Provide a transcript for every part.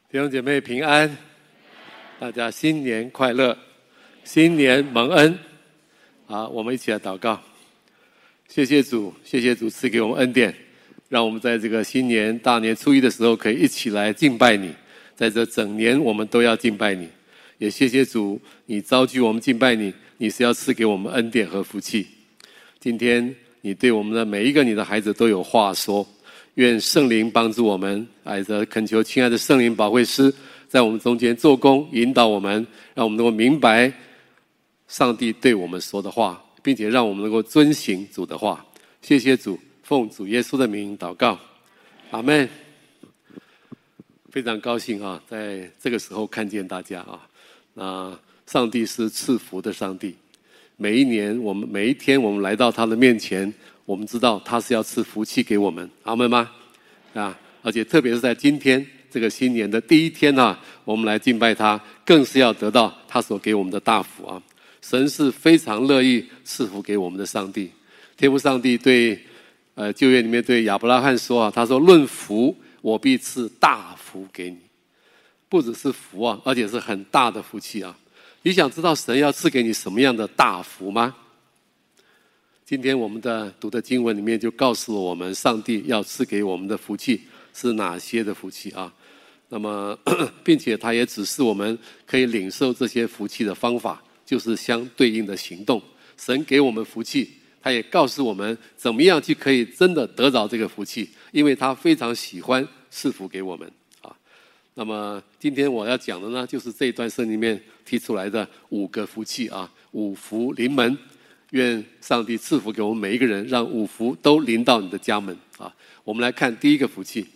弟兄姐妹平安，大家新年快乐，新年蒙恩。好，我们一起来祷告。谢谢主，谢谢主赐给我们恩典，让我们在这个新年大年初一的时候可以一起来敬拜你。在这整年我们都要敬拜你，也谢谢主，你召集我们敬拜你，你是要赐给我们恩典和福气。今天你对我们的每一个你的孩子都有话说，愿圣灵帮助我们，爱着恳求亲爱的圣灵保惠师在我们中间做工，引导我们，让我们能够明白上帝对我们说的话，并且让我们能够遵行主的话。谢谢主，奉主耶稣的名祷告，阿们。非常高兴啊，在这个时候看见大家啊。那上帝是赐福的上帝，每一年我们每一天我们来到他的面前，我们知道他是要赐福气给我们，阿们吗？啊，而且特别是在今天这个新年的第一天啊，我们来敬拜他，更是要得到他所给我们的大福啊。神是非常乐意赐福给我们的上帝。天父上帝对旧约里面对亚伯拉罕说啊，他说论福，我必赐大福给你。不只是福啊，而且是很大的福气啊。你想知道神要赐给你什么样的大福吗？今天我们的读的经文里面就告诉了我们，上帝要赐给我们的福气是哪些的福气啊。那么并且他也指示我们可以领受这些福气的方法，就是相对应的行动。神给我们福气，他也告诉我们怎么样去可以真的得着这个福气，因为他非常喜欢赐福给我们啊。那么今天我要讲的呢，就是这一段圣经里面提出来的5个福气啊，5福临门。愿上帝赐福给我们每一个人，让5福都临到你的家门啊。我们来看第一个福气。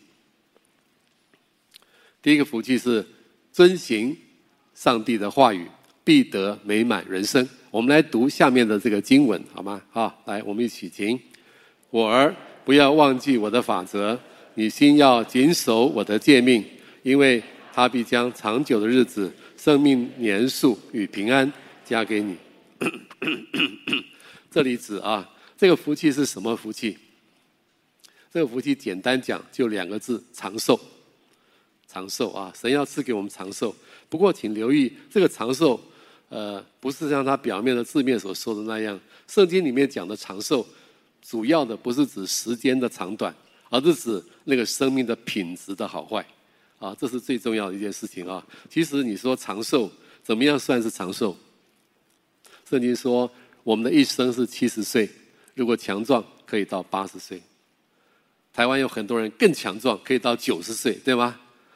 第一个福气是遵行上帝的话语，必得美满人生。我们来读下面的这个经文，好吗？好，来，我们一起听。我儿，不要忘记我的法则，你心要谨守我的诫命，因为他必将长久的日子、生命年数与平安加给你。这里指啊，这个福气是什么福气？这个福气简单讲就2个字：长寿。长寿啊，神要赐给我们长寿。不过请留意，这个长寿不是像他表面的字面所说的那样。圣经里面讲的长寿，主要的不是指时间的长短，而是指那个生命的品质的好坏啊，这是最重要的一件事情啊。其实你说长寿，怎么样算是长寿？圣经说我们的一生是70岁，如果强壮可以到80岁。台湾有很多人更强壮，可以到90岁，对吗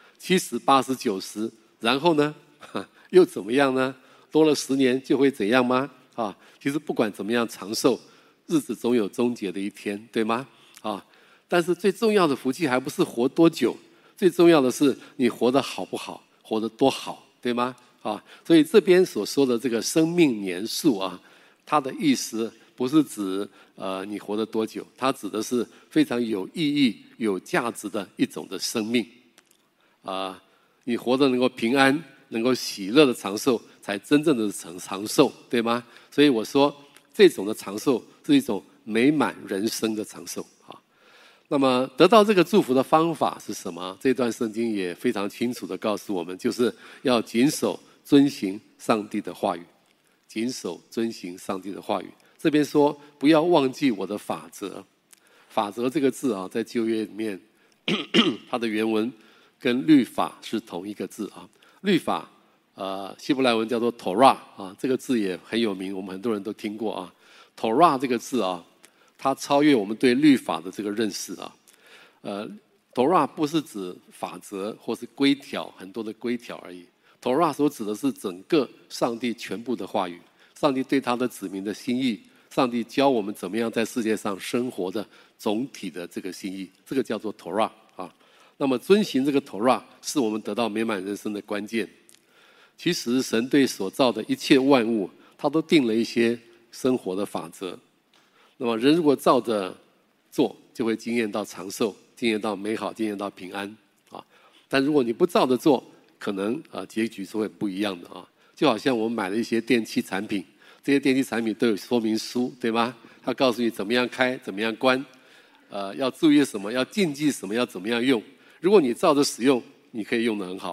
？70、80、90，然后呢，又怎么样呢？多了10年就会怎样吗？啊，其实不管怎么样长寿，日子总有终结的一天，对吗？啊，但是最重要的福气还不是活多久，最重要的是你活得好不好，活得多好，对吗？啊，所以这边所说的这个生命年数啊，它的意思不是指你活得多久，它指的是非常有意义、有价值的一种的生命啊。你活得能够平安、能够喜乐的长寿，才真正的长寿，对吗？所以我说，这种的长寿是一种美满人生的长寿啊。那么得到这个祝福的方法是什么？这段圣经也非常清楚地告诉我们，就是要谨守遵行上帝的话语，谨守遵行上帝的话语。这边说不要忘记我的法则。法则这个字啊，在旧约里面它的原文跟律法是同一个字啊。律法希伯来文叫做 Torah 啊，这个字也很有名，我们很多人都听过啊。Torah 这个字啊，它超越我们对律法的这个认识啊。Torah 不是指法则或是规条，很多的规条而已。Torah 所指的是整个上帝全部的话语，上帝对他的子民的心意，上帝教我们怎么样在世界上生活的总体的这个心意，这个叫做 Torah 啊。那么遵行这个 Torah 是我们得到美满人生的关键。其实神对所造的一切万物，他都定了一些生活的法则。那么人如果照着做，就会经验到长寿，经验到美好，经验到平安啊。但如果你不照着做，可能结局是会不一样的啊。就好像我们买了一些电器产品，这些电器产品都有说明书，对吗？它告诉你怎么样开，怎么样关，要注意什么，要禁忌什么，要怎么样用。如果你照着使用，你可以用得很好；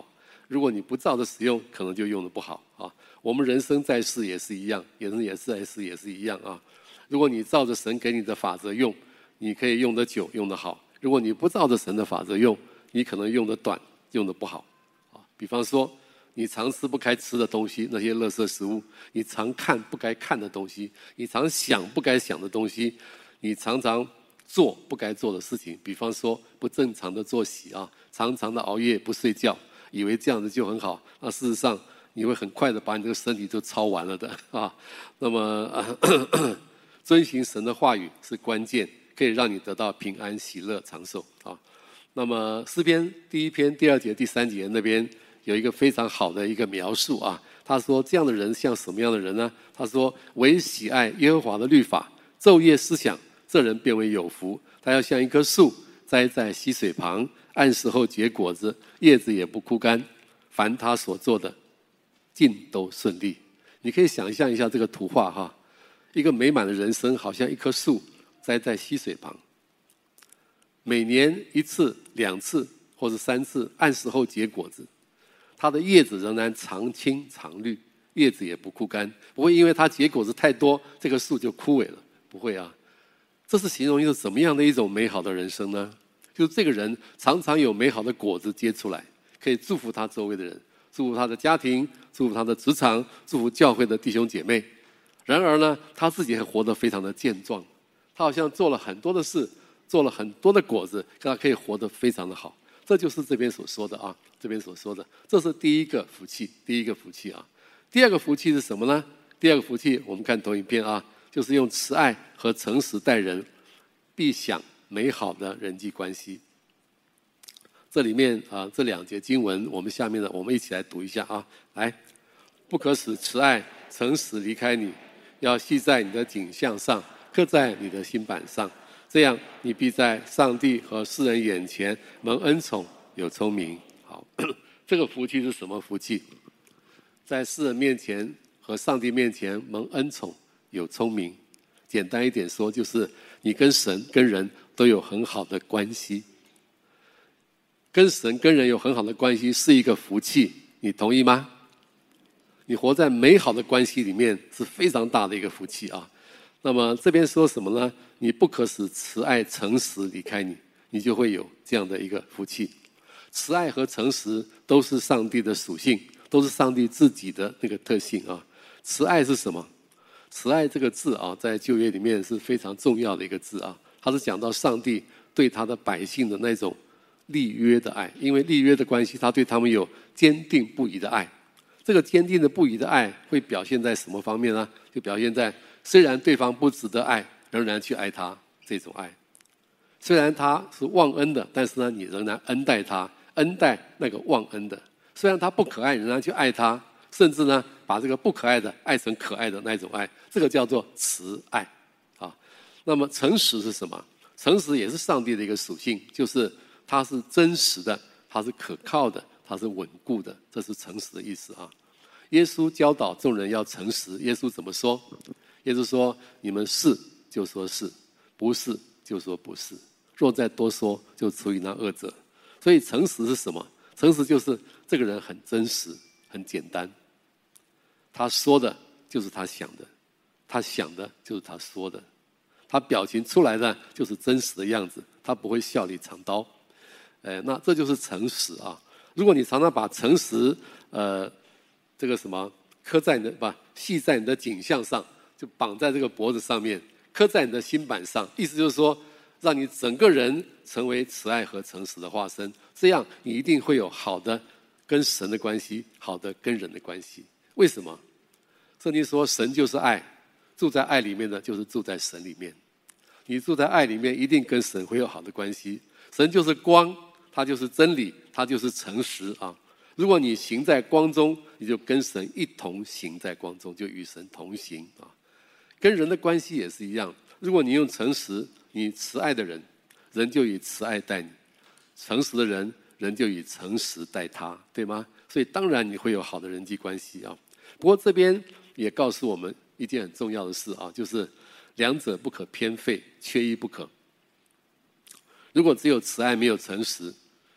如果你不照着使用，可能就用得不好啊。我们人生在世也是一样，人生也是在世也是一样啊。如果你照着神给你的法则用，你可以用得久，用得好；如果你不照着神的法则用，你可能用得短，用得不好啊。比方说，你常吃不该吃的东西，那些垃圾食物；你常看不该看的东西；你常想不该想的东西；你常常做不该做的事情，比方说不正常的作息啊，常常的熬夜不睡觉，以为这样子就很好，那事实上你会很快的把你这个身体就操完了的啊。那么遵行神的话语是关键，可以让你得到平安、喜乐、长寿啊。那么诗篇第1篇第2节、第3节那边有一个非常好的一个描述啊。他说这样的人像什么样的人呢？他说唯喜爱耶和华的律法，昼夜思想，这人变为有福。他要像一棵树栽在溪水旁，按时候结果子，叶子也不枯干，凡他所做的尽都顺利。你可以想象一下这个图画哈，一个美满的人生好像一棵树栽在溪水旁，每年1次、2次或者3次按时候结果子，它的叶子仍然常青常绿，叶子也不枯干，不会因为它结果子太多，这个树就枯萎了，不会啊。这是形容一个怎么样的一种美好的人生呢？就是这个人常常有美好的果子结出来，可以祝福他周围的人，祝福他的家庭，祝福他的职场，祝福教会的弟兄姐妹。然而呢，他自己还活得非常的健壮，他好像做了很多的事，做了很多的果子，他可以活得非常的好。这就是这边所说的啊，这边所说的，这是第一个福气，第一个福气啊。第二个福气是什么呢？第二个福气，我们看投影片啊，就是用慈爱和诚实待人，必享美好的人际关系。这里面啊，这2节经文，我们下面呢，我们一起来读一下啊。来，不可使慈爱、诚实离开你，要系在你的颈项上，刻在你的心板上。这样，你必在上帝和世人眼前蒙恩宠，有聪明。好，这个福气是什么福气？在世人面前和上帝面前蒙恩宠，有聪明。简单一点说，就是你跟神、跟人都有很好的关系。跟神、跟人有很好的关系是一个福气，你同意吗？你活在美好的关系里面是非常大的一个福气啊。那么这边说什么呢？你不可使慈爱、诚实离开你，你就会有这样的一个福气。慈爱和诚实都是上帝的属性，都是上帝自己的那个特性啊。慈爱是什么？慈爱这个字啊，在旧约里面是非常重要的一个字啊。它是讲到上帝对他的百姓的那种立约的爱，因为立约的关系，他对他们有坚定不移的爱。这个坚定的不移的爱会表现在什么方面呢？就表现在虽然对方不值得爱，仍然去爱他，这种爱。虽然他是忘恩的，但是呢，你仍然恩待他，恩待那个忘恩的。虽然他不可爱，仍然去爱他，甚至呢，把这个不可爱的爱成可爱的那种爱，这个叫做慈爱啊。那么诚实是什么？诚实也是上帝的一个属性，就是它是真实的，它是可靠的，它是稳固的，这是诚实的意思啊。耶稣教导众人要诚实，耶稣怎么说？耶稣说：“你们是就说是，不是就说不是。若再多说，就出于那恶者。”所以诚实是什么？诚实就是这个人很真实，很简单。他说的就是他想的，他想的就是他说的，他表情出来的就是真实的样子，他不会笑里藏刀。那这就是诚实啊。如果你常常把诚实这个什么刻在你的系在你的颈项上，就绑在这个脖子上面，刻在你的心板上，意思就是说，让你整个人成为慈爱和诚实的化身，这样你一定会有好的跟神的关系，好的跟人的关系。为什么？圣经说神就是爱，住在爱里面的就是住在神里面。你住在爱里面，一定跟神会有好的关系。神就是光，他就是真理，他就是诚实啊。如果你行在光中，你就跟神一同行在光中，就与神同行啊。跟人的关系也是一样，如果你用诚实，你慈爱的人，人就以慈爱待你；诚实的人，人就以诚实待他，对吗？所以当然你会有好的人际关系啊。不过这边也告诉我们一件很重要的事啊，就是两者不可偏废，缺一不可。如果只有慈爱没有诚实，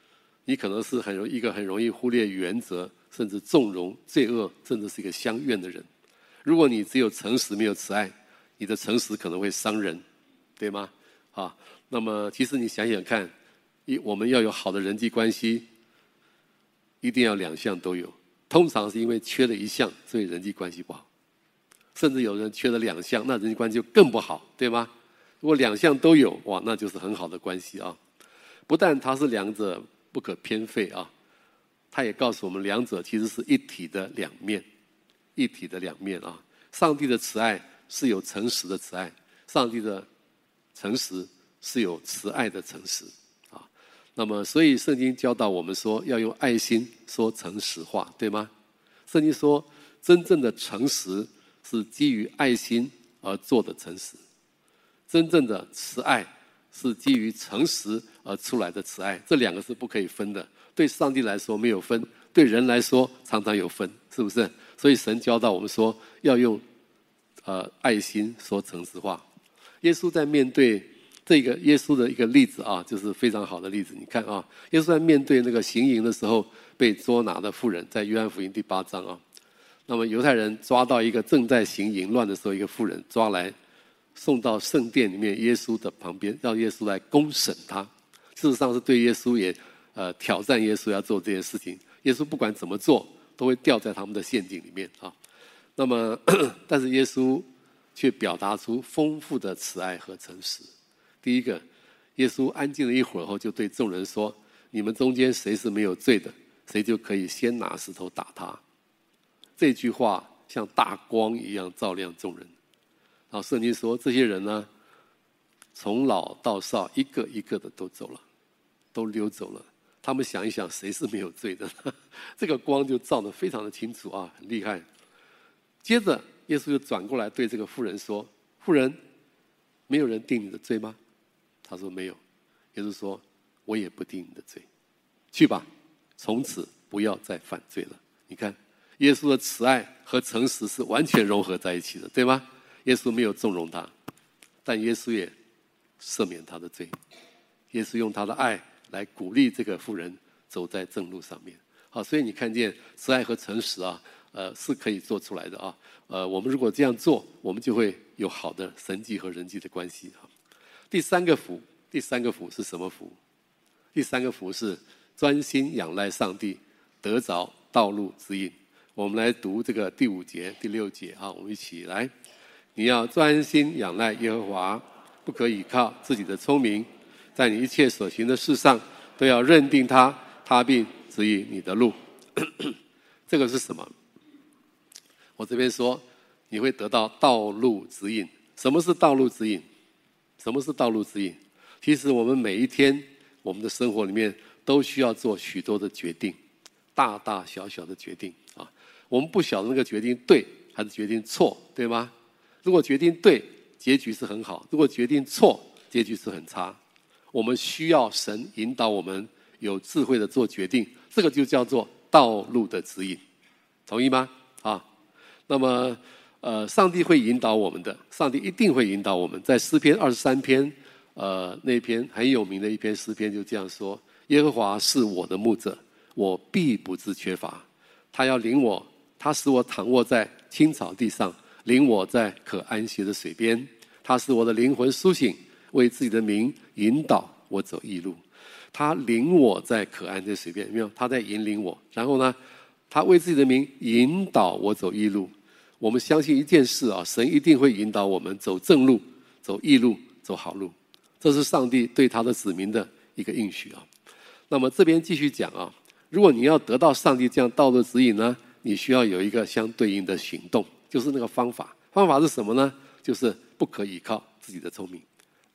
你可能是一个很容易忽略原则，甚至纵容罪恶，甚至是一个相怨的人。如果你只有诚实没有慈爱，你的诚实可能会伤人，对吗？那么其实你想想看，我们要有好的人际关系，一定要两项都有。通常是因为缺了一项，所以人际关系不好。甚至有人缺了两项，那人际关系就更不好，对吗？如果两项都有，哇，那就是很好的关系啊。不但它是两者不可偏废啊，它也告诉我们两者其实是一体的两面，一体的两面啊。上帝的慈爱是有诚实的慈爱，上帝的诚实是有慈爱的诚实啊。那么，所以圣经教导我们说，要用爱心说诚实话，对吗？圣经说，真正的诚实是基于爱心而做的诚实，真正的慈爱是基于诚实而出来的慈爱，这两个是不可以分的。对上帝来说没有分，对人来说常常有分，是不是？所以神教导我们说，要用爱心说诚实话。耶稣在面对这个耶稣的一个例子啊，就是非常好的例子。你看啊，耶稣在面对那个行淫的时候被捉拿的妇人，在约翰福音第8章啊。那么犹太人抓到一个正在行淫乱的时候，一个妇人抓来送到圣殿里面耶稣的旁边，让耶稣来公审他。事实上是对耶稣也挑战耶稣要做这件事情。耶稣不管怎么做，都会掉在他们的陷阱里面啊。那么，但是耶稣却表达出丰富的慈爱和诚实。第一个，耶稣安静了一会儿后，就对众人说：“你们中间谁是没有罪的，谁就可以先拿石头打他。”这句话像大光一样照亮众人。然后圣经说，这些人呢，从老到少，一个一个的都走了，都溜走了。他们想一想，谁是没有罪的？这个光就照得非常的清楚啊，很厉害。接着，耶稣就转过来对这个妇人说：“妇人，没有人定你的罪吗？”他说：“没有。”耶稣说：“我也不定你的罪，去吧，从此不要再犯罪了。”你看，耶稣的慈爱和诚实是完全融合在一起的，对吗？耶稣没有纵容他，但耶稣也赦免他的罪。耶稣用他的爱来鼓励这个妇人走在正路上面。好，所以你看见慈爱和诚实啊，是可以做出来的啊。我们如果这样做，我们就会有好的神迹和人际的关系啊。第三个福是什么福？第三个福是专心仰赖上帝，得着道路指引。我们来读这个第5节、第6节啊，我们一起来。你要专心仰赖耶和华，不可倚靠自己的聪明，在你一切所行的事上都要认定他，他必指引你的路。这个是什么？我这边说，你会得到道路指引。什么是道路指引？什么是道路指引？其实我们每一天，我们的生活里面都需要做许多的决定，大大小小的决定啊。我们不晓得那个决定对还是决定错，对吗？如果决定对，结局是很好；如果决定错，结局是很差。我们需要神引导我们有智慧的做决定，这个就叫做道路的指引，同意吗？啊，那么上帝会引导我们的，上帝一定会引导我们。在诗篇23篇，那篇很有名的一篇诗篇就这样说：耶和华是我的牧者，我必不致缺乏。他要领我，他使我躺卧在青草地上，领我在可安息的水边。他使我的灵魂苏醒，为自己的名引导我走义路。他领我在可安息的水边，有没有？他在引领我。然后呢，他为自己的名引导我走义路。我们相信一件事啊，神一定会引导我们走正路，走义路，走好路。这是上帝对他的子民的一个应许啊。那么这边继续讲啊，如果你要得到上帝这样道路指引呢，你需要有一个相对应的行动，就是那个方法。方法是什么呢？就是不可倚靠自己的聪明。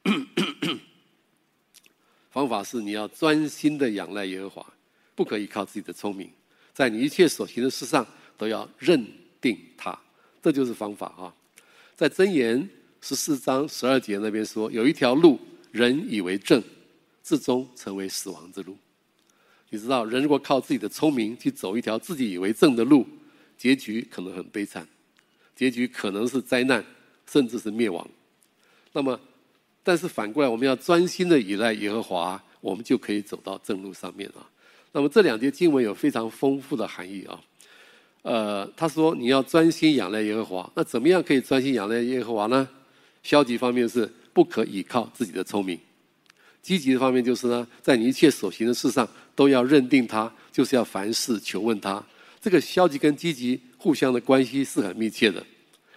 方法是你要专心的仰赖耶和华，不可倚靠自己的聪明，在你一切所行的事上都要认定他，这就是方法啊。在箴言14章12节那边说，有一条路人以为正，至终成为死亡之路。你知道，人如果靠自己的聪明去走一条自己以为正的路，结局可能很悲惨，结局可能是灾难，甚至是灭亡。那么但是反过来，我们要专心的依赖耶和华，我们就可以走到正路上面啊。 那么这2节经文有非常丰富的含义啊。他说你要专心仰赖耶和华，那怎么样可以专心仰赖耶和华呢？消极方面是不可倚靠自己的聪明，积极的方面就是呢，在你一切所行的事上都要认定他，就是要凡事求问他。这个消极跟积极互相的关系是很密切的。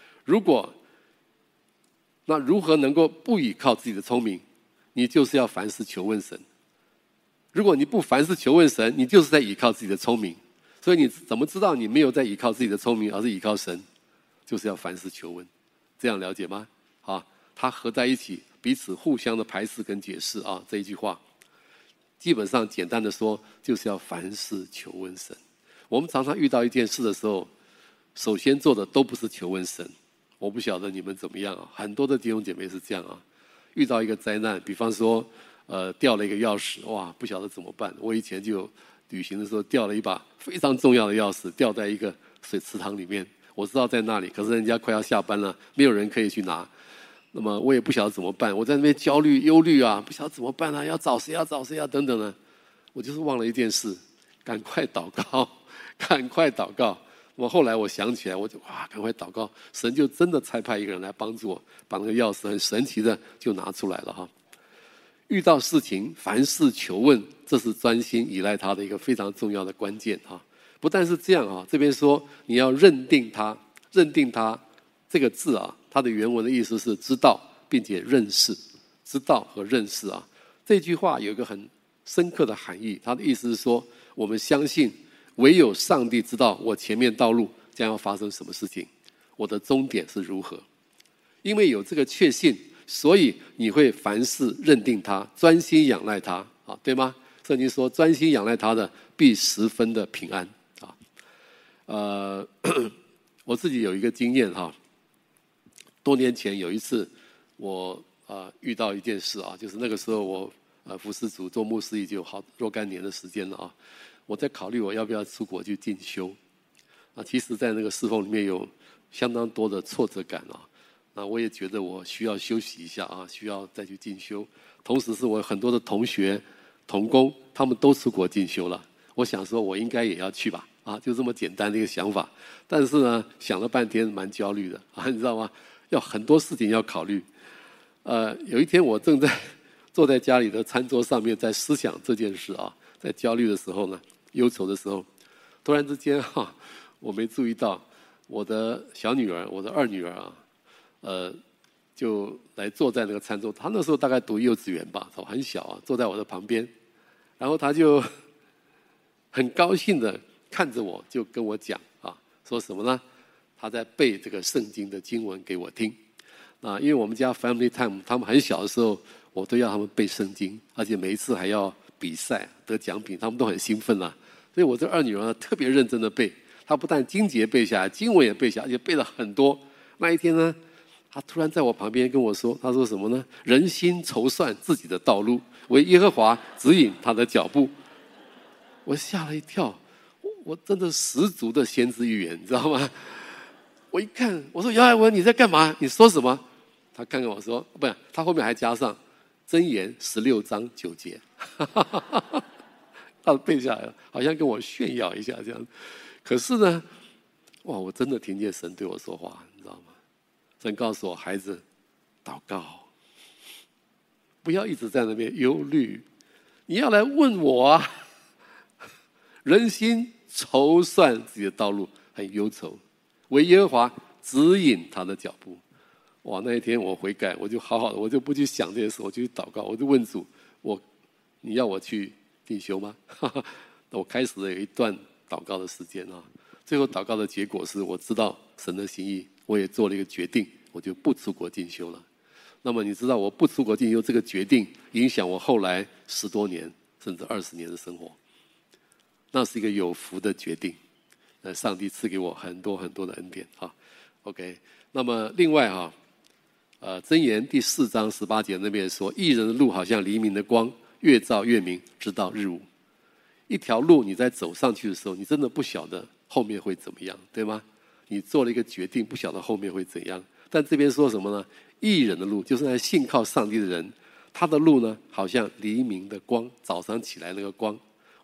那如何能够不倚靠自己的聪明？你就是要凡事求问神。如果你不凡事求问神，你就是在倚靠自己的聪明。所以你怎么知道你没有在倚靠自己的聪明，而是倚靠神？就是要凡事求问。这样了解吗？啊，它合在一起，彼此互相的排斥跟解释啊。这一句话，基本上简单的说，就是要凡事求问神。我们常常遇到一件事的时候，首先做的都不是求问神。我不晓得你们怎么样啊？很多的弟兄姐妹是这样啊。遇到一个灾难，比方说，掉了一个钥匙，哇，不晓得怎么办。我以前就旅行的时候掉了一把非常重要的钥匙，掉在一个水池塘里面。我知道在那里，可是人家快要下班了，没有人可以去拿。那么我也不晓得怎么办，我在那边焦虑、忧虑啊，不晓得怎么办啊，要找谁啊等等呢。我就是忘了一件事，赶快祷告，赶快祷告。那么后来我想起来，我就赶快祷告，神就真的差派一个人来帮助我，把那个钥匙很神奇的就拿出来了哈。遇到事情，凡事求问，这是专心依赖他的一个非常重要的关键哈。不但是这样啊，这边说你要认定他，认定他这个字啊，它的原文的意思是知道并且认识，知道和认识啊。这句话有一个很深刻的含义，它的意思是说，我们相信唯有上帝知道我前面道路将要发生什么事情，我的终点是如何。因为有这个确信，所以你会凡事认定他，专心仰赖他啊，对吗？圣经说，专心仰赖他的必十分的平安啊。我自己有一个经验哈，多年前有一次我遇到一件事啊，就是那个时候我服侍主做牧师已经有好若干年的时间了啊。我在考虑我要不要出国去进修啊。其实在那个侍奉里面有相当多的挫折感啊。那我也觉得我需要休息一下啊，需要再去进修。同时是我很多的同学同工他们都出国进修了，我想说我应该也要去吧啊，就这么简单的一个想法。但是呢，想了半天蛮焦虑的啊，你知道吗？要很多事情要考虑。有一天我正在坐在家里的餐桌上面，在思想这件事啊，在焦虑的时候呢，忧愁的时候，突然之间我没注意到我的小女儿，我的二女儿啊，就来坐在那个餐桌。她那时候大概读幼稚园吧，很小啊，坐在我的旁边，然后她就很高兴的看着我，就跟我讲啊，说什么呢？她在背这个圣经的经文给我听啊。因为我们家 family time， 他们很小的时候，我都要他们背圣经，而且每一次还要比赛得奖品，他们都很兴奋啊。所以我这二女儿特别认真的背，她不但经节背下来，经文也背下来，而且背了很多。那一天呢，她突然在我旁边跟我说，她说什么呢？人心筹算自己的道路，为耶和华指引他的脚步。我吓了一跳，我真的十足的先知预言，你知道吗？我一看，我说姚海文你在干嘛？你说什么？他看看我说，不是，他后面还加上箴言16章9节，他背下来了，好像跟我炫耀一下这样。可是呢，哇，我真的听见神对我说话，你知道吗？神告诉我，孩子，祷告，不要一直在那边忧虑，你要来问我啊。人心筹算自己的道路，很忧愁，为耶和华指引他的脚步。哇，那一天我悔改，我就好好的，我就不去想这些事，我就去祷告，我就问主，你要我去进修吗？我开始了有一段祷告的时间啊。最后祷告的结果是我知道神的心意，我也做了一个决定，我就不出国进修了。那么你知道我不出国进修这个决定，影响我后来10多年甚至20年的生活。那是一个有福的决定，上帝赐给我很多很多的恩典哈。OK， 那么另外箴言第4章18节那边说，义人的路好像黎明的光，越照越明，直到日午。一条路你在走上去的时候，你真的不晓得后面会怎么样，对吗？你做了一个决定，不晓得后面会怎样。但这边说什么呢？义人的路，就是那信靠上帝的人，他的路呢，好像黎明的光，早上起来那个光，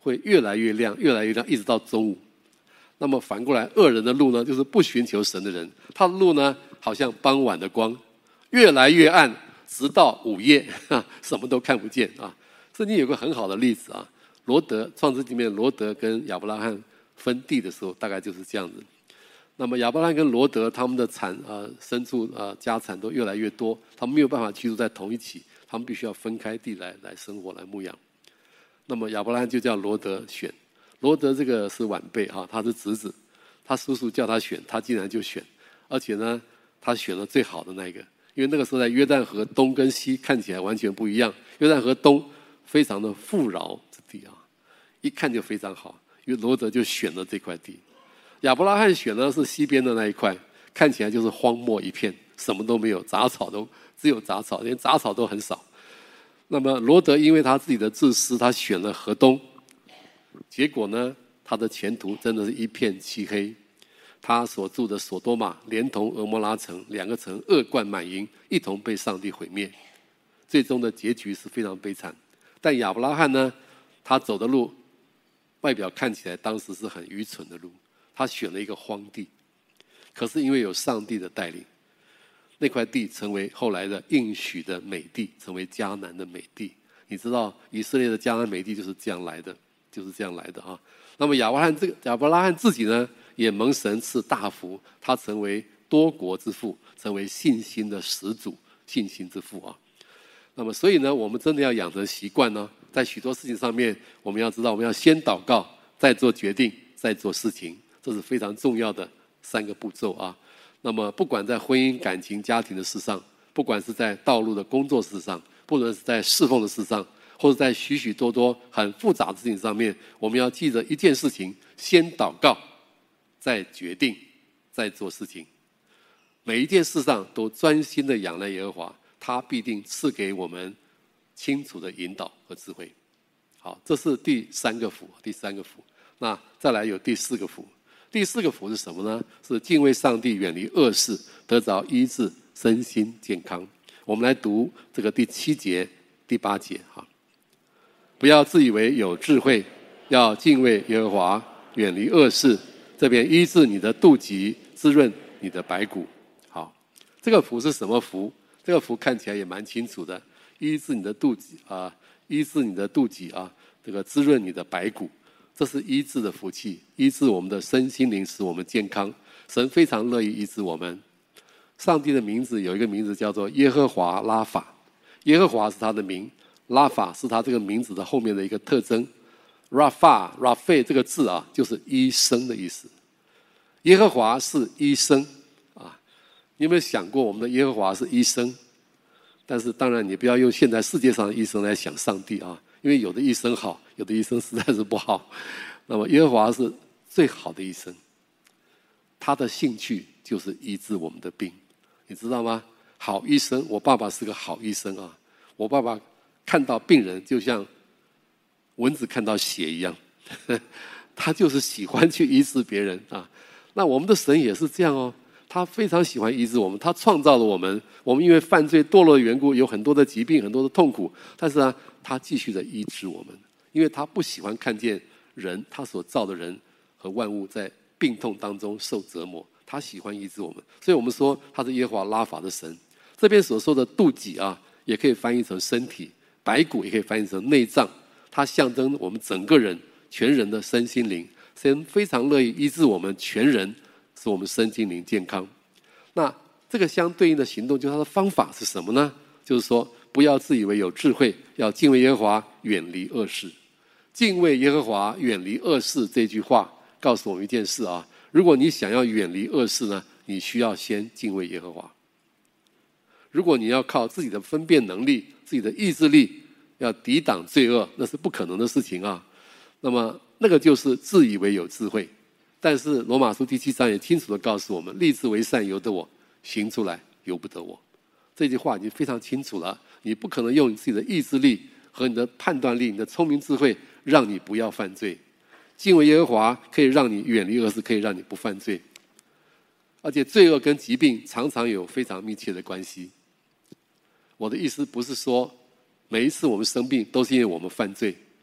会越来越亮，越来越亮，一直到中午。那么反过来，恶人的路呢，就是不寻求神的人，他的路呢，好像傍晚的光，越来越暗，直到午夜，什么都看不见啊。圣经有个很好的例子啊，创世纪里面罗德跟亚伯拉罕分地的时候，大概就是这样子。那么亚伯拉罕跟罗德他们的牲畜家产都越来越多，他们没有办法居住在同一起，他们必须要分开地来生活来牧养。那么亚伯拉罕就叫罗德选，罗德这个是晚辈他是侄子，他叔叔叫他选，他竟然就选，而且呢他选了最好的那一个，因为那个时候在约旦河东跟西看起来完全不一样，约旦河东非常的富饶之地一看就非常好，因为罗德就选了这块地。亚伯拉罕选的是西边的那一块，看起来就是荒漠一片，什么都没有，只有杂草，连杂草都很少。那么罗德因为他自己的自私，他选了河东，结果呢，他的前途真的是一片漆黑。他所住的所多玛连同俄摩拉城2个城恶贯满盈，一同被上帝毁灭，最终的结局是非常悲惨。但亚伯拉罕呢，他走的路外表看起来当时是很愚蠢的路，他选了一个荒地，可是因为有上帝的带领，那块地成为后来的应许的美地，成为迦南的美地。你知道以色列的迦南美地就是这样来的，那么亚伯拉罕自己呢，也蒙神赐大福，他成为多国之父，成为信心的始祖，信心之父那么所以呢，我们真的要养成习惯呢，在许多事情上面，我们要知道，我们要先祷告，再做决定，再做事情，这是非常重要的3个步骤那么不管在婚姻、感情、家庭的事上，不管是在道路的工作事上，不论是在侍奉的事上，或者在许许多多很复杂的事情上面，我们要记着一件事情：先祷告，再决定，再做事情。每一件事上都专心的仰赖耶和华，他必定赐给我们清楚的引导和智慧。好，这是第3个福。那再来有第4个福。第4个福是什么呢？是敬畏上帝，远离恶事，得着医治，身心健康。我们来读这个第7节、第8节不要自以为有智慧，要敬畏耶和华，远离恶事，这边医治你的肚脐，滋润你的白骨。好，这个福是什么福？这个福看起来也蛮清楚的，医治你的肚脐这个滋润你的白骨。这是医治的福气，医治我们的身心灵，使我们健康。神非常乐意医治我们。上帝的名字有一个名字叫做耶和华拉法，耶和华是他的名，拉法是他这个名字的后面的一个特征。Rapha 这个字就是医生的意思。耶和华是医生你有没有想过我们的耶和华是医生？但是当然你不要用现在世界上的医生来想上帝因为有的医生好，有的医生实在是不好。那么耶和华是最好的医生，他的兴趣就是医治我们的病，你知道吗？好医生，我爸爸是个好医生我爸爸看到病人就像蚊子看到血一样他就是喜欢去医治别人那我们的神也是这样他非常喜欢医治我们，他创造了我们，我们因为犯罪堕落的缘故，有很多的疾病，很多的痛苦，但是他继续的医治我们，因为他不喜欢看见人，他所造的人和万物在病痛当中受折磨，他喜欢医治我们，所以我们说他是耶和华拉法的神。这边所说的肚脐也可以翻译成身体，白骨也可以翻译成内脏，它象征我们整个人全人的身心灵。神非常乐意医治我们全人，使我们身心灵健康。那这个相对应的行动，就是它的方法是什么呢？就是说不要自以为有智慧，要敬畏耶和华，远离恶事。敬畏耶和华，远离恶事这句话告诉我们一件事如果你想要远离恶事呢，你需要先敬畏耶和华。如果你要靠自己的分辨能力、自己的意志力要抵挡罪恶，那是不可能的事情那么那个就是自以为有智慧。但是罗马书第7章也清楚地告诉我们，立志为善由得我，行出来由不得我。这句话已经非常清楚了，你不可能用你自己的意志力和你的判断力、你的聪明智慧让你不要犯罪。敬畏耶和华可以让你远离恶事，可以让你不犯罪。而且罪恶跟疾病常常有非常密切的关系。我的意思不是说每一次我们生病都是因为我们犯罪，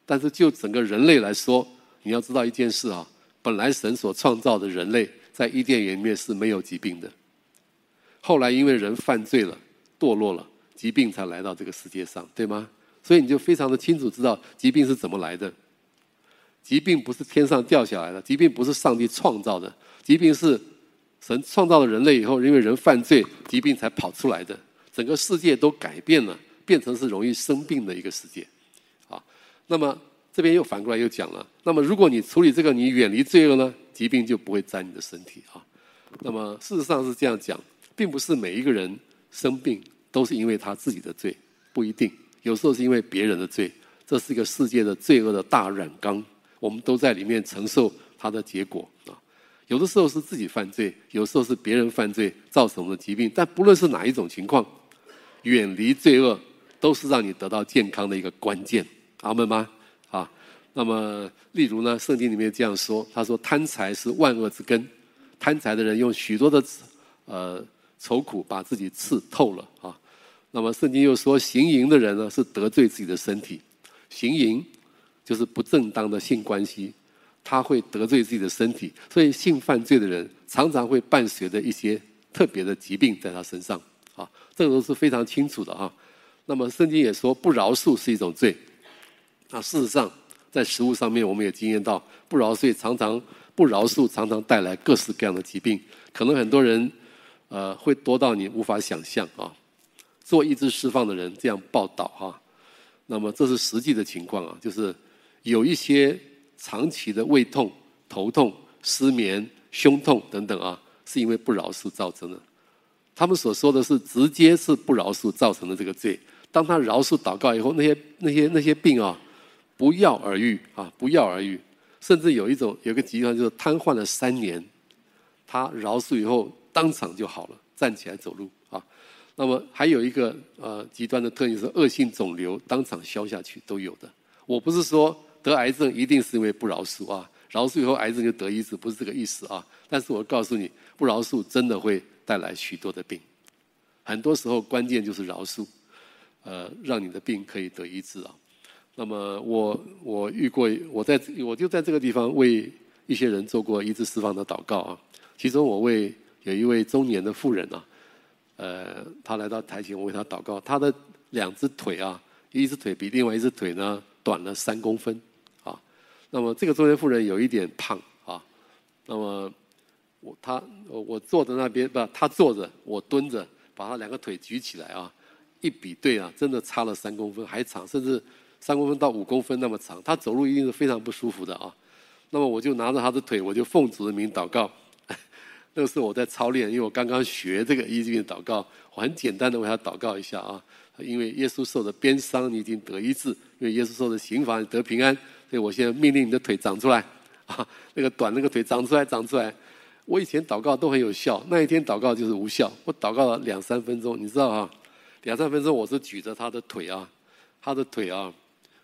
但是就整个人类来说，你要知道一件事啊，本来神所创造的人类在伊甸园里面是没有疾病的，后来因为人犯罪了、堕落了，疾病才来到这个世界上，对吗？所以你就非常的清楚知道疾病是怎么来的。疾病不是天上掉下来的，疾病不是上帝创造的，疾病是神创造了人类以后，因为人犯罪，疾病才跑出来的。整个世界都改变了，变成是容易生病的一个世界。啊，那么这边又反过来又讲了，那么如果你处理这个，你远离罪恶呢，疾病就不会沾你的身体啊。那么事实上是这样讲，并不是每一个人生病都是因为他自己的罪，不一定，有时候是因为别人的罪。这是一个世界的罪恶的大染缸，我们都在里面承受它的结果啊。有的时候是自己犯罪，有时候是别人犯罪造成的疾病，但不论是哪一种情况，远离罪恶都是让你得到健康的一个关键。阿们吗？啊，那么例如呢，圣经里面这样说，他说贪财是万恶之根，贪财的人用许多的愁苦把自己刺透了啊。那么圣经又说，行淫的人呢是得罪自己的身体，行淫就是不正当的性关系，他会得罪自己的身体，所以性犯罪的人常常会伴随着一些特别的疾病在他身上啊，这个都是非常清楚的啊。那么圣经也说不饶恕是一种罪，那事实上在食物上面我们也经验到，不饶恕常常带来各式各样的疾病，可能很多人会多到你无法想象啊。做医治释放的人这样报道哈，那么这是实际的情况啊，就是有一些长期的胃痛、头痛、失眠、胸痛等等啊，是因为不饶恕造成的。他们所说的是直接是不饶恕造成的这个罪。当他饶恕祷告以后，那些病啊，不药而愈啊，不药而愈。甚至有个极端就是瘫痪了3年，他饶恕以后当场就好了，站起来走路啊。那么还有一个极端的特性是恶性肿瘤当场消下去都有的。我不是说得癌症一定是因为不饶恕啊，饶恕以后癌症就得医治，不是这个意思啊。但是我告诉你，不饶恕真的会带来许多的病，很多时候关键就是饶恕，让你的病可以得医治啊。那么我遇过，我就在这个地方为一些人做过医治释放的祷告啊。其中我为有一位中年的妇人啊。他来到台前，我为他祷告。他的2只腿啊，一只腿比另外一只腿呢短了3公分啊。那么这个中年妇人有一点胖啊。那么我坐在那边，他坐着，我蹲着，把他2个腿举起来啊，一比对啊，真的差了3公分，还长，甚至3公分到5公分那么长。他走路一定是非常不舒服的啊。那么我就拿着他的腿，我就奉主的名祷告。那个时候我在操练，因为我刚刚学这个医治病祷告，我很简单的为他祷告一下啊。因为耶稣受的鞭伤，你已经得医治；因为耶稣受的刑罚，你得平安。所以我现在命令你的腿长出来啊，那个短那个腿长出来，长出来。我以前祷告都很有效，那一天祷告就是无效。我祷告了2-3分钟，你知道啊，2-3分钟我是举着他的腿啊，他的腿啊，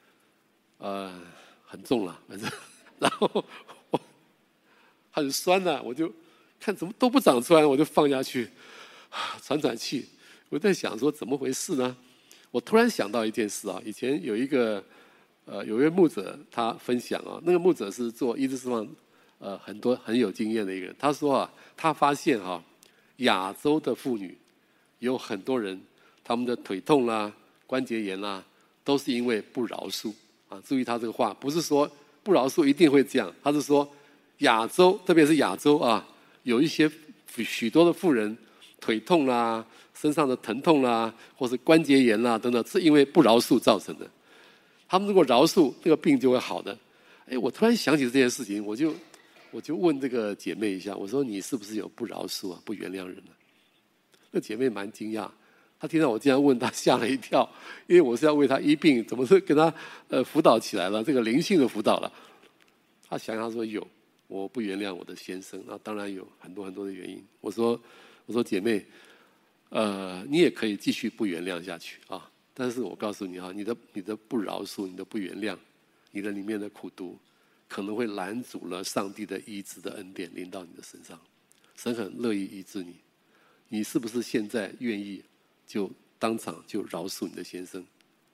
很重了，反正，然后我很酸的，我就。看怎么都不长出来，我就放下去，喘气。我在想说怎么回事呢？我突然想到一件事啊，以前有一位牧者他分享啊，那个牧者是做医治释放很有经验的一个人。他说啊，他发现啊，亚洲的妇女有很多人，他们的腿痛啦、关节炎啦，都是因为不饶恕啊。注意他这个话，不是说不饶恕一定会这样，他是说亚洲，特别是亚洲啊。有一些许多的妇人腿痛啦、身上的疼痛啦，或是关节炎啦等等，是因为不饶恕造成的。他们如果饶恕，这个病就会好的。我突然想起这件事情，我就问这个姐妹一下，我说你是不是有不饶恕啊、不原谅人啊？那姐妹蛮惊讶，她听到我这样问，她吓了一跳，因为我是要为她医病，怎么是跟她辅导起来了，这个灵性的辅导了。她想想说有。我不原谅我的先生，那当然有很多很多的原因。我说姐妹，你也可以继续不原谅下去啊。但是我告诉你啊，你的不饶恕，你的不原谅，你的里面的苦毒，可能会拦阻了上帝的医治的恩典临到你的身上。神很乐意医治你，你是不是现在愿意就当场就饶恕你的先生？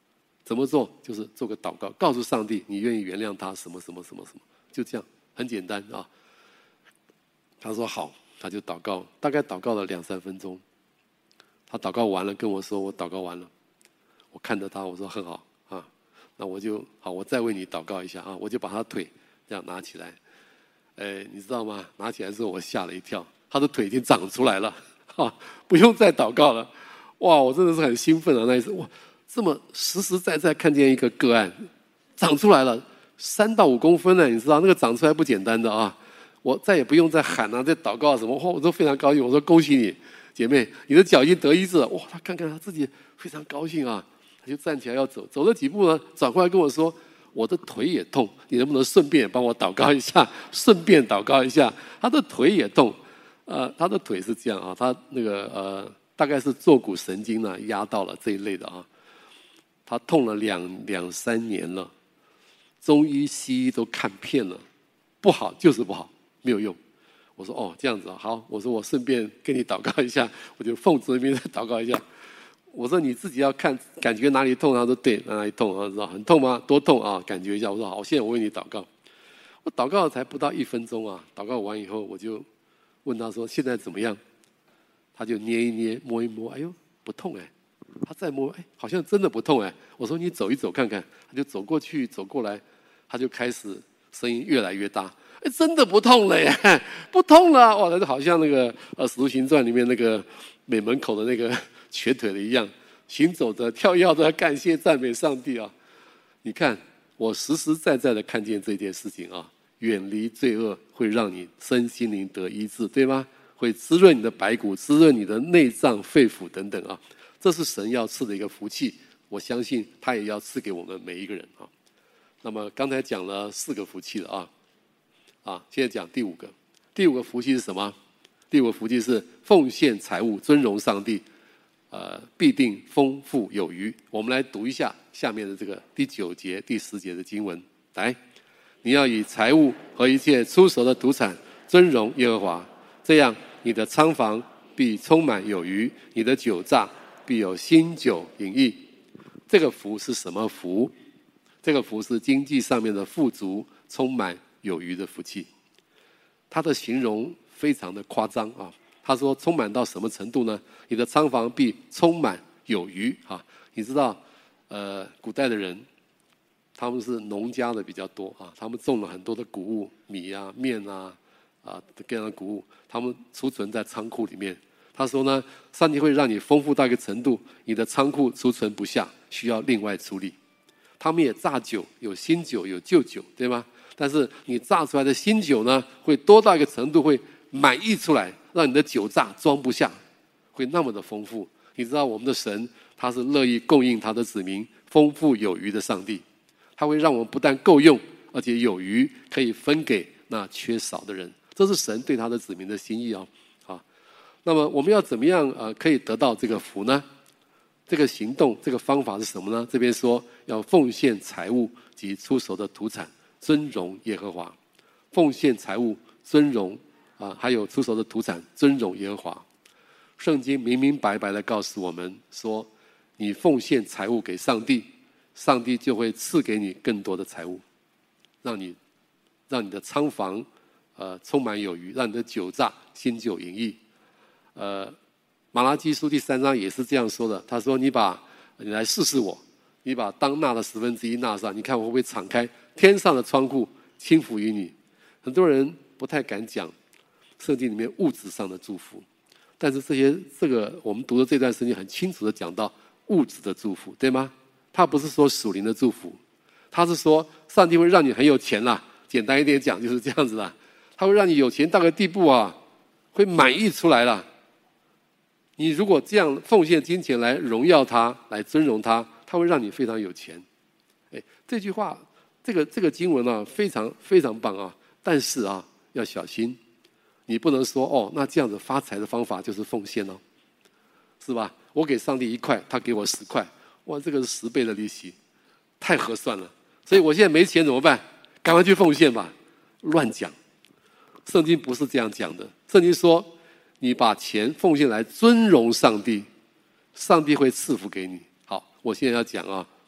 怎么做？就是做个祷告，告诉上帝你愿意原谅他什么什么什么什么，就这样，很简单啊。他说好，他就祷告，大概祷告了2-3分钟。他祷告完了跟我说：“我祷告完了。”我看着他，我说：“很好啊。”那我就好，我再为你祷告一下啊！我就把他腿这样拿起来，你知道吗？拿起来之后我吓了一跳，他的腿已经长出来了，不用再祷告了。哇，我真的是很兴奋啊！那一次，哇，这么实实在在看见一个个案长出来了，3到5公分呢，你知道那个长出来不简单的啊！我再也不用再喊啊，再祷告什么，我都非常高兴。我说恭喜你，姐妹，你的脚已经得医治了。哇，他看看他自己非常高兴啊，他就站起来要走，走了几步呢，转过来跟我说：“我的腿也痛，你能不能顺便也帮我祷告一下？顺便祷告一下。”他的腿也痛，他的腿是这样啊，他那个大概是坐骨神经呢压到了这一类的啊，他痛了2-3年了，中医西医都看遍了，不好就是不好。没有用，我说哦这样子啊，好，我说我顺便跟你祷告一下，我就奉主的名再祷告一下。我说你自己要看感觉哪里痛，他说对，哪里痛啊？知道很痛吗？多痛啊？感觉一下。我说好，现在我为你祷告。我祷告才不到1分钟啊，祷告完以后我就问他说现在怎么样？他就捏一捏，摸一摸，哎呦不痛哎。他再摸，哎好像真的不痛哎。我说你走一走看看，他就走过去走过来，他就开始声音越来越大。真的不痛了耶，不痛了！哇，那好像那个《使徒行传》里面那个美门口的那个瘸腿的一样，行走着、跳跃着，感谢赞美上帝啊！你看，我实实在在的看见这件事情啊，远离罪恶会让你身心灵得医治，对吗？会滋润你的白骨，滋润你的内脏、肺腑等等啊！这是神要赐的一个福气，我相信他也要赐给我们每一个人啊。那么刚才讲了4个福气了啊。现在讲第5个。第5个福气是什么？第5个福气是奉献财物，尊荣上帝，必定丰富有余。我们来读一下下面的这个第9节、第10节的经文。来，你要以财物和一切出熟的土产尊荣耶和华，这样你的仓房必充满有余，你的酒榨必有新酒盈溢。这个福是什么福？这个福是经济上面的富足，充满有余的福气。他的形容非常的夸张啊！他说充满到什么程度呢？你的仓房必充满有余啊！你知道，古代的人他们是农家的比较多啊，他们种了很多的谷物，米啊、面啊、各样的谷物，他们储存在仓库里面。他说呢，上帝会让你丰富到一个程度，你的仓库储存不下，需要另外处理。他们也榨酒，有新酒，有旧酒，对吗？但是你榨出来的新酒呢，会多到一个程度，会满溢出来，让你的酒榨装不下，会那么的丰富。你知道我们的神，他是乐意供应他的子民丰富有余的上帝，他会让我们不但够用，而且有余可以分给那缺少的人。这是神对他的子民的心意啊！那么我们要怎么样可以得到这个福呢？这个行动，这个方法是什么呢？这边说要奉献财物及出熟的土产，尊荣耶和华。奉献财物，尊荣还有出熟的土产，尊荣耶和华。圣经明明白白的告诉我们说，你奉献财物给上帝，上帝就会赐给你更多的财物，让你的仓房充满有余，让你的酒榨新酒盈溢。马拉基书第3章也是这样说的，他说你来试试我，你把当纳的1/10纳上，你看我会不会敞开天上的窗户倾福于你。很多人不太敢讲圣经里面物质上的祝福，但是这个我们读的这段圣经很清楚的讲到物质的祝福，对吗？他不是说属灵的祝福，他是说上帝会让你很有钱啦，简单一点讲就是这样子啦，他会让你有钱到个地步啊，会满溢出来了。你如果这样奉献金钱来荣耀他，来尊荣他，他会让你非常有钱。这句话，这个经文啊，非常非常棒啊！但是啊，要小心，你不能说那这样子发财的方法就是奉献哦，是吧？我给上帝1块，他给我10块，哇，这个是10倍的利息，太合算了。所以我现在没钱怎么办？赶快去奉献吧！乱讲，圣经不是这样讲的。圣经说，你把钱奉献来尊荣上帝，上帝会赐福给你。好，我现在要讲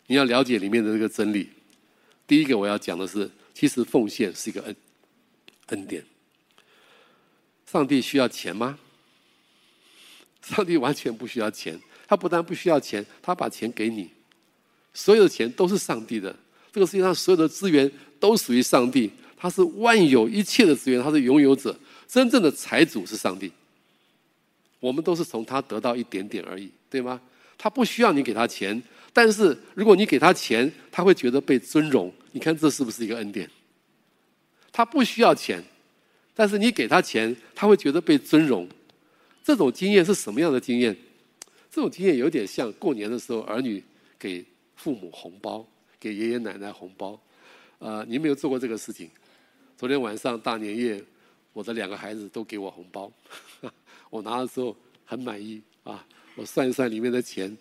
你要了解里面的这个真理。第一个我要讲的是，其实奉献是一个恩典。上帝需要钱吗？上帝完全不需要钱，他不但不需要钱，他把钱给你，所有的钱都是上帝的。这个世界上所有的资源都属于上帝，他是万有一切的资源，他是拥有者，真正的财主是上帝。我们都是从他得到一点点而已，对吗？他不需要你给他钱，但是如果你给他钱，他会觉得被尊荣。你看这是不是一个恩典？他不需要钱，但是你给他钱，他会觉得被尊荣。这种经验是什么样的经验？这种经验有点像过年的时候，儿女给父母红包，给爷爷奶奶红包。你有没有做过这个事情？昨天晚上大年夜，我的2个孩子都给我红包，我拿的时候很满意啊。我算一算里面的钱，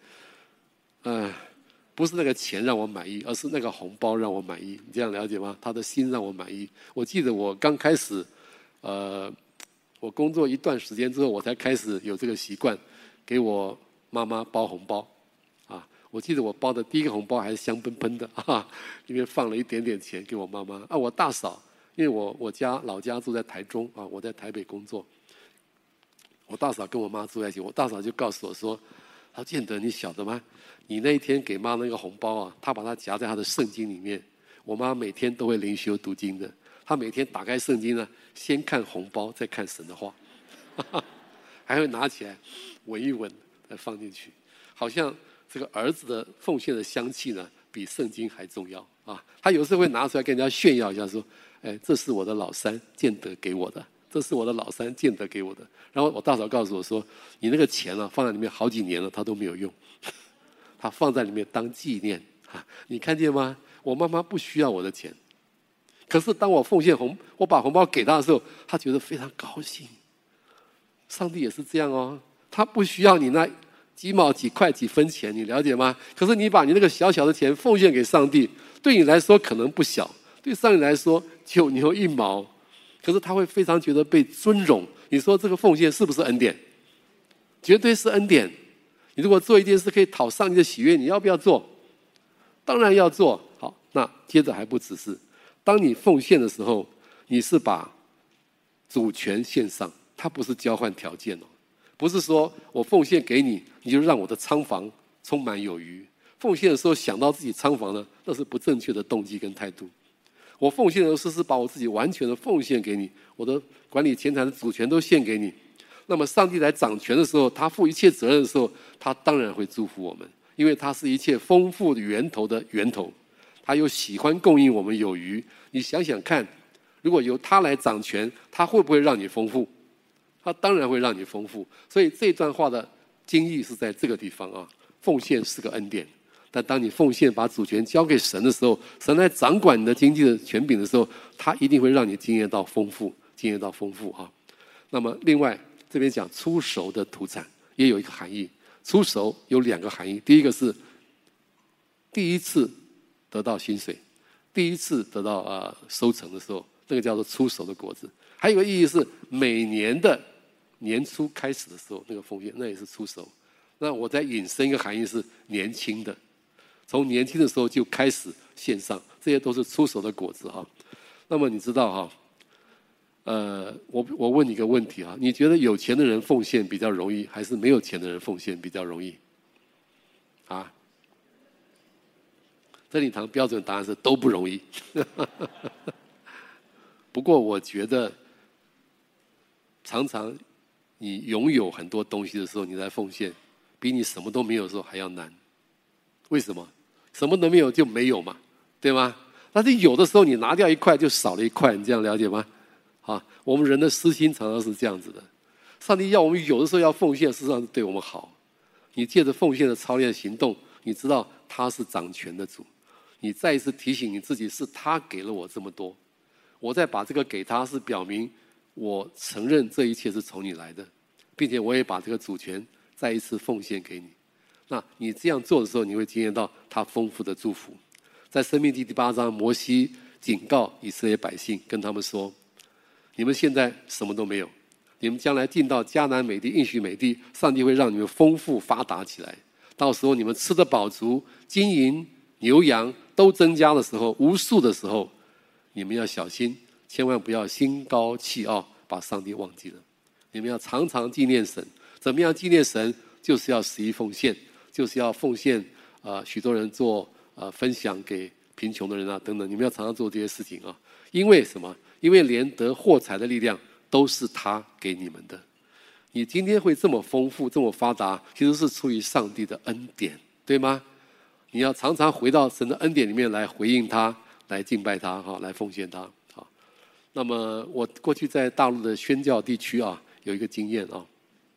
不是那个钱让我满意，而是那个红包让我满意。你这样了解吗？他的心让我满意。我记得我刚开始，我工作一段时间之后，我才开始有这个习惯，给我妈妈包红包。我记得我包的第一个红包还是香喷喷的里面放了一点点钱给我妈妈。我大嫂，因为我老家住在台中我在台北工作。我大嫂跟我妈住在一起，我大嫂就告诉我说：“建德，你晓得吗？你那一天给妈那个红包她把它夹在她的圣经里面。我妈每天都会灵修读经的，她每天打开圣经呢，先看红包，再看神的话，还会拿起来闻一闻，再放进去，好像这个儿子的奉献的香气呢，比圣经还重要他有时候会拿出来跟人家炫耀一下，说：‘这是我的老三建德给我的。’这是我的老三建德给我的。然后我大嫂告诉我说：“你那个钱放在里面好几年了，他都没有用，他放在里面当纪念你看见吗？我妈妈不需要我的钱，可是当我我把红包给他的时候，他觉得非常高兴。上帝也是这样他不需要你那几毛几块几分钱，你了解吗？可是你把你那个小小的钱奉献给上帝，对你来说可能不小，对上帝来说9牛1毛。可是他会非常觉得被尊荣。你说这个奉献是不是恩典？绝对是恩典。你如果做一件事可以讨上帝的喜悦，你要不要做？当然要做。好，那接着还不只是，当你奉献的时候，你是把主权献上，它不是交换条件不是说我奉献给你，你就让我的仓房充满有余。奉献的时候想到自己仓房呢，那是不正确的动机跟态度。我奉献的时候是把我自己完全的奉献给你，我的管理钱财的主权都献给你。那么上帝来掌权的时候，他负一切责任的时候，他当然会祝福我们，因为他是一切丰富的源头的源头，他又喜欢供应我们有余。你想想看，如果由他来掌权，他会不会让你丰富？他当然会让你丰富。所以这段话的精义是在这个地方奉献是个恩典。但当你奉献把主权交给神的时候，神来掌管你的经济的权柄的时候，他一定会让你经验到丰富，经验到丰富那么另外这边讲出熟的土产也有一个含义，出熟有2个含义。第一个是第一次得到薪水，第一次得到收成的时候，那个叫做出熟的果子。还有一个意义是每年的年初开始的时候，那个奉献那也是出熟。那我再引申一个含义是年轻的，从年轻的时候就开始献上，这些都是出熟的果子那么你知道我问你一个问题你觉得有钱的人奉献比较容易，还是没有钱的人奉献比较容易？真理堂标准答案是都不容易。不过我觉得，常常你拥有很多东西的时候，你来奉献，比你什么都没有的时候还要难。为什么？什么都没有就没有嘛，对吗？但是有的时候你拿掉一块就少了一块，你这样了解吗？我们人的私心常常是这样子的。上帝要我们有的时候要奉献，事实上是对我们好。你借着奉献的操练行动，你知道他是掌权的主，你再一次提醒你自己，是他给了我这么多，我再把这个给他，是表明我承认这一切是从你来的，并且我也把这个主权再一次奉献给你。那你这样做的时候，你会经验到他丰富的祝福。在申命记第8章，摩西警告以色列百姓，跟他们说：你们现在什么都没有，你们将来进到迦南美地应许美地，上帝会让你们丰富发达起来，到时候你们吃得饱足，金银牛羊都增加的时候，无数的时候，你们要小心，千万不要心高气傲，把上帝忘记了。你们要常常纪念神。怎么样纪念神？就是要十一奉献，就是要奉献许多人做分享给贫穷的人啊等等。你们要常常做这些事情啊。因为什么？因为连得货财的力量都是他给你们的。你今天会这么丰富、这么发达，其实是出于上帝的恩典，对吗？你要常常回到神的恩典里面来回应他，来敬拜他，来奉献他。好，那么我过去在大陆的宣教地区啊，有一个经验啊，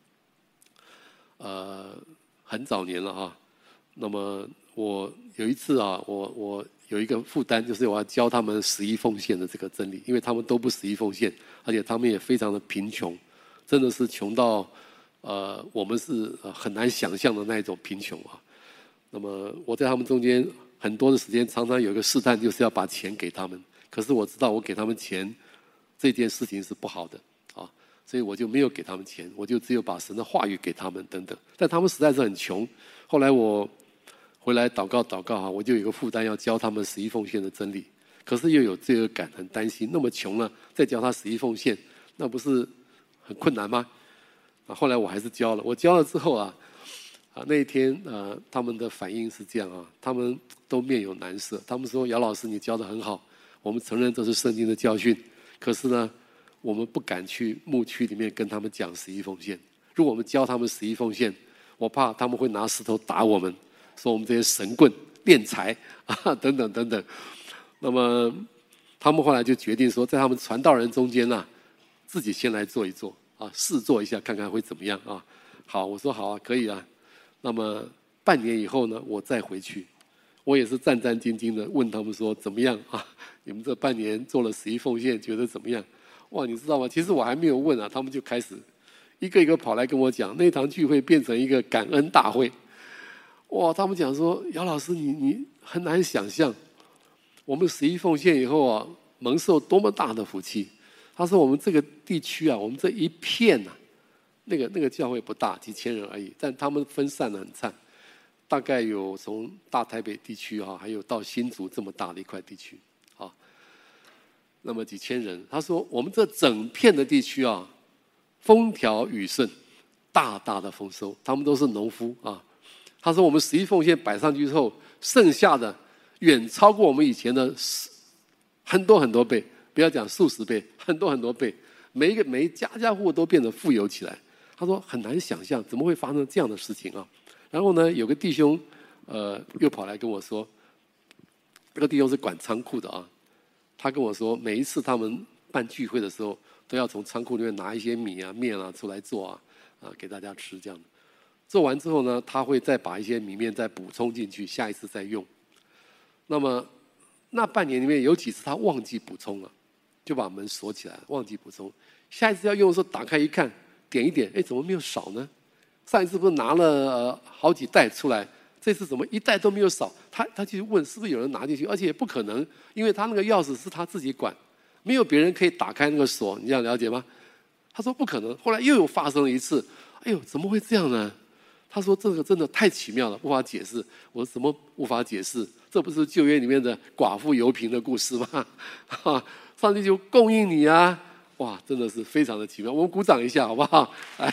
很早年了啊。那么我有一次啊，我有一个负担，就是我要教他们十一奉献的这个真理，因为他们都不十一奉献，而且他们也非常的贫穷，真的是穷到我们是很难想象的那一种贫穷啊。那么我在他们中间很多的时间，常常有一个试探，就是要把钱给他们。可是我知道我给他们钱这件事情是不好的啊，所以我就没有给他们钱，我就只有把神的话语给他们等等。但他们实在是很穷，后来我回来祷告啊，我就有一个负担要教他们十一奉献的真理，可是又有罪恶感，很担心，那么穷了再教他十一奉献，那不是很困难吗？后来我还是教了。我教了之后啊，那一天他们的反应是这样啊，他们都面有难色。他们说：“姚老师，你教得很好，我们承认这是圣经的教训，可是呢，我们不敢去牧区里面跟他们讲十一奉献。如果我们教他们十一奉献，我怕他们会拿石头打我们，说我们这些神棍敛财啊，等等等等。”那么他们后来就决定说，在他们传道人中间啊，自己先来做一做啊，试做一下看看会怎么样啊。好，我说好啊，可以啊。那么半年以后呢，我再回去，我也是战战兢兢的问他们说怎么样啊？你们这半年做了十一奉献，觉得怎么样？哇，你知道吗？其实我还没有问啊，他们就开始一个一个跑来跟我讲，那堂聚会变成一个感恩大会。哇，他们讲说，姚老师，你很难想象，我们十一奉献以后啊，蒙受多么大的福气。他说我们这个地区啊，我们这一片啊，那个教会不大，几千人而已，但他们分散得很惨，大概有从大台北地区啊，还有到新竹这么大的一块地区啊，那么几千人。他说我们这整片的地区啊，风调雨顺，大大的丰收，他们都是农夫啊。他说我们十一奉献摆上去之后，剩下的远超过我们以前的很多很多倍，不要讲数十倍，很多很多倍，每一家家户户都变得富有起来。他说很难想象怎么会发生这样的事情啊。然后呢，有个弟兄又跑来跟我说，这个弟兄是管仓库的啊，他跟我说每一次他们办聚会的时候，都要从仓库里面拿一些米啊面啊出来做啊给大家吃这样的。做完之后呢，他会再把一些米面再补充进去，下一次再用。那么那半年里面有几次他忘记补充了，就把门锁起来，忘记补充。下一次要用的时候打开一看，点一点，哎，怎么没有少呢？上一次不是拿了好几袋出来，这次怎么一袋都没有少？他去问是不是有人拿进去，而且也不可能，因为他那个钥匙是他自己管，没有别人可以打开那个锁，你这样了解吗？他说不可能。后来又有发生了一次，哎呦，怎么会这样呢？他说这个真的太奇妙了，无法解释。我说怎么无法解释？这不是旧约里面的寡妇油瓶的故事吗？上帝就供应你啊！哇，真的是非常的奇妙。我们鼓掌一下好不好？来，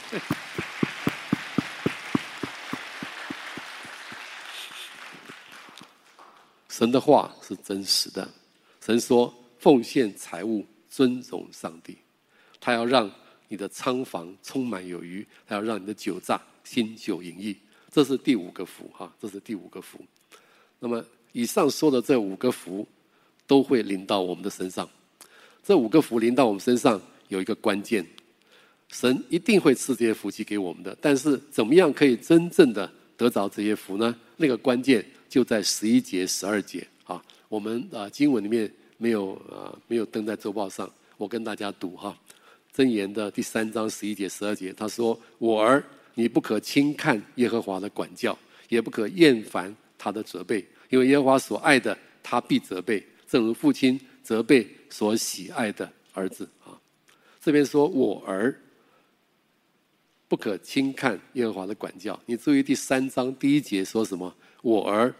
神的话是真实的。神说奉献财物尊荣上帝，他要让你的仓房充满有余，他要让你的酒榨新酒盈溢。这是第五个福哈，这是第五个福。那么以上说的这五个福都会临到我们的身上。这五个福临到我们身上有一个关键，神一定会赐这些福气给我们的，但是怎么样可以真正的得着这些福呢？那个关键就在11节、12节啊。我们经文里面没有登在周报上，我跟大家读哈。箴言的第3章11节、12节，他说：“我儿，你不可轻看耶和华的管教，也不可厌烦他的责备，因为耶和华所爱的，他必责备，正如父亲责备所喜爱的儿子啊。”这边说我儿不可轻看耶和华的管教，你注意第3章第1节说什么？我儿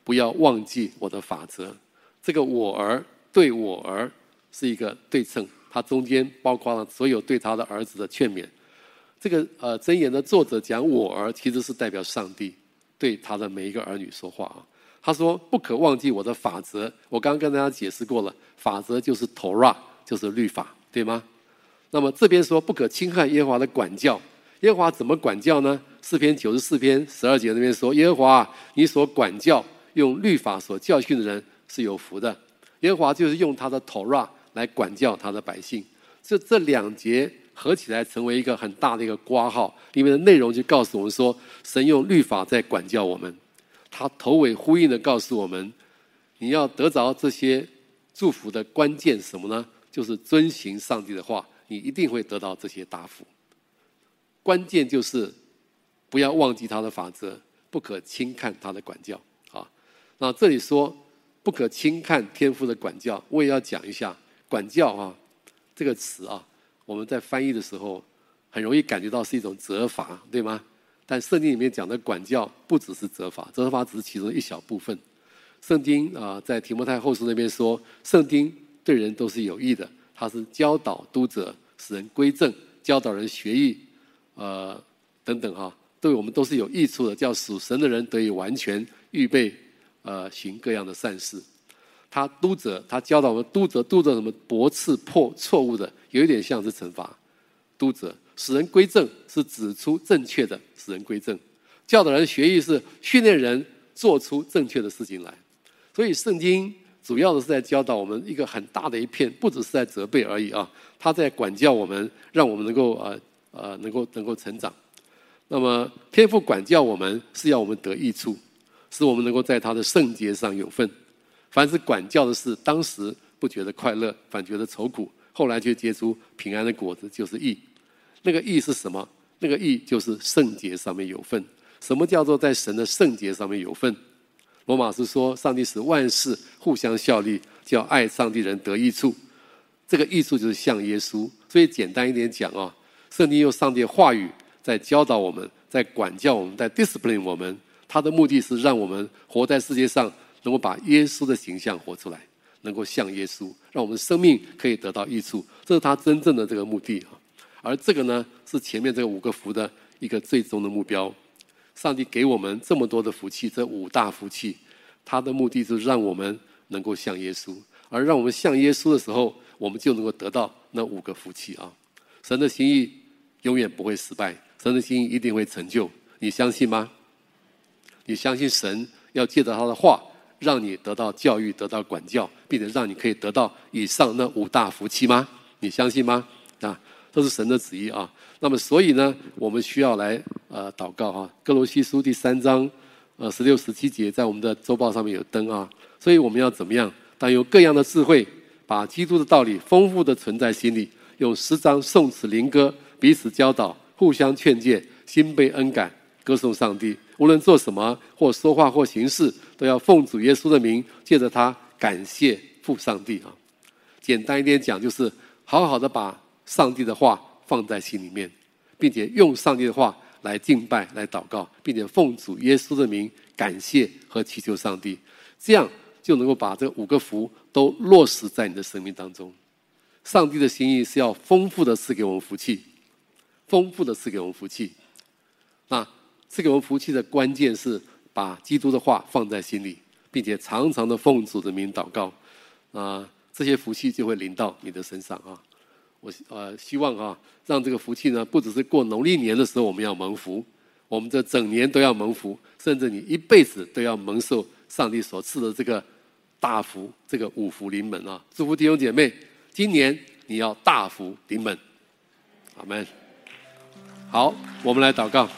不要忘记我的法则。这个我儿对我儿是一个对称，它中间包括了所有对他的儿子的劝勉。这个箴言的作者讲我儿，其实是代表上帝对他的每一个儿女说话啊。他说不可忘记我的法则。我刚刚跟大家解释过了，法则就是 Torah， 就是律法，对吗？那么这边说不可轻看耶和华的管教。耶和华怎么管教呢？诗篇94篇12节那边说，耶和华你所管教用律法所教训的人是有福的。耶和华就是用他的 Torah 来管教他的百姓。这两节合起来成为一个很大的一个括号，里面的内容就告诉我们说，神用律法在管教我们。他头尾呼应的告诉我们，你要得着这些祝福的关键什么呢？就是遵行上帝的话，你一定会得到这些大福。关键就是不要忘记他的法则，不可轻看他的管教啊。那这里说不可轻看天父的管教，我也要讲一下管教啊这个词啊，我们在翻译的时候很容易感觉到是一种责罚，对吗？但圣经里面讲的管教不只是责罚，责罚只是其中一小部分。圣经在提摩太后书那边说，圣经对人都是有益的，它是教导督责，使人归正，教导人学艺等等对我们都是有益处的，叫属神的人得以完全，预备行各样的善事。他督责，他教导我们督责什么？驳斥破错误的，有一点像是惩罚。督责使人归正，是指出正确的，使人归正。教导人学艺，是训练人做出正确的事情来。所以圣经主要的是在教导我们一个很大的一片，不只是在责备而已啊，他在管教我们，让我们能够成长。那么天父管教我们是要我们得益处，使我们能够在他的圣洁上有份。凡是管教的事，当时不觉得快乐，反觉得愁苦，后来却结出平安的果子，就是义。那个义是什么？那个义就是圣洁上面有份。什么叫做在神的圣洁上面有份？罗马书说，上帝使万事互相效力，叫爱上帝人得益处。这个益处就是像耶稣。所以简单一点讲圣经用上帝的话语在教导我们，在管教我们，在 discipline 我们。他的目的是让我们活在世界上，能够把耶稣的形象活出来，能够像耶稣，让我们的生命可以得到益处。这是他真正的这个目的。而这个呢，是前面这个5个福的一个最终的目标。上帝给我们这么多的福气，这5大福气，他的目的是让我们能够像耶稣。而让我们像耶稣的时候，我们就能够得到那5个福气啊。神的心意永远不会失败，神的心意一定会成就。你相信吗？你相信神要借着他的话，让你得到教育，得到管教，并且让你可以得到以上那5大福气吗？你相信吗？这是神的旨意啊。那么所以呢，我们需要来祷告哥罗西书第3章16、17节在我们的周报上面有登啊。所以我们要怎么样？当有各样的智慧，把基督的道理丰富的存在心里，用诗章、颂词、灵歌彼此教导，互相劝诫，心被恩感，歌颂上帝。无论做什么，或说话或行事，都要奉主耶稣的名，借着他感谢父上帝啊。简单一点讲，就是好好的把上帝的话放在心里面，并且用上帝的话来敬拜、来祷告，并且奉主耶稣的名感谢和祈求上帝，这样就能够把这5个福都落实在你的生命当中。上帝的心意是要丰富的赐给我们福气，丰富的赐给我们福气。那赐给我们福气的关键是把基督的话放在心里，并且常常的奉主的名祷告这些福气就会临到你的身上啊。我希望让这个福气呢，不只是过农历年的时候我们要蒙福，我们这整年都要蒙福，甚至你一辈子都要蒙受上帝所赐的这个大福，这个5福临门啊！祝福弟兄姐妹，今年你要大福临门，阿们。好，我们来祷告。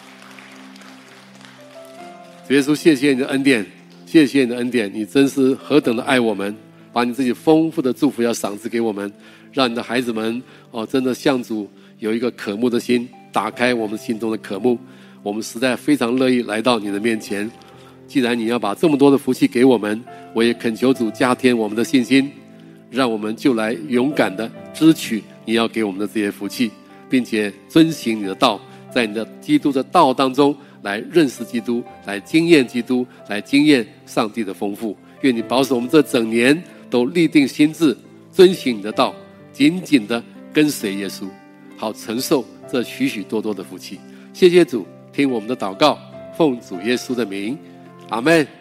主耶稣，谢谢你的恩典，谢谢你的恩典，你真是何等的爱我们，把你自己丰富的祝福要赏赐给我们，让你的孩子们真的向主有一个渴慕的心，打开我们心中的渴慕。我们实在非常乐意来到你的面前。既然你要把这么多的福气给我们，我也恳求主加添我们的信心，让我们就来勇敢的支取你要给我们的这些福气，并且遵行你的道，在你的基督的道当中来认识基督，来经验基督，来经验上帝的丰富。愿你保守我们这整年都立定心志，遵行你的道，紧紧的跟随耶稣，好承受这许许多多的福气。谢谢主，听我们的祷告，奉主耶稣的名，阿们。